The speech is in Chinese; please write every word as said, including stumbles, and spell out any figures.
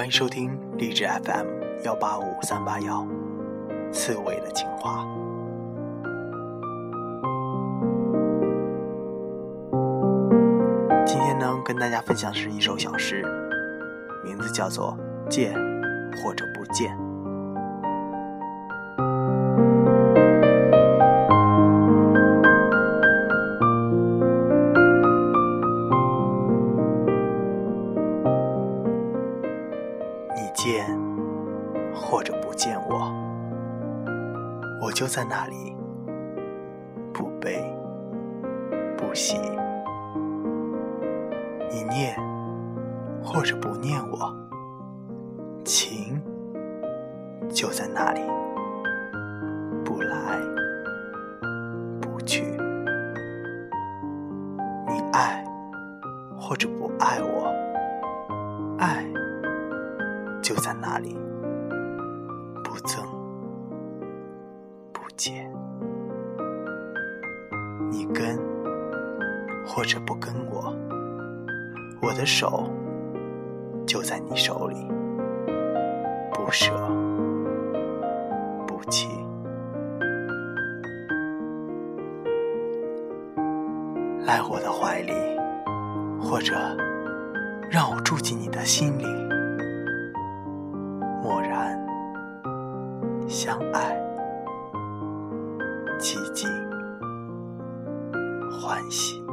迎收听励志 F M 一八五三八一刺猬的情话。今天呢，跟大家分享的是一首小诗，名字叫做见或者不见。你见或者不见我，我就在那里，不悲不喜。你念或者不念我，情就在那里，不来不去。你爱或者不爱我，爱就在那里，不增不减。你跟或者不跟我，我的手就在你手里，不舍不弃。来我的怀里，或者让我住进你的心里，默然相爱，寂静欢喜。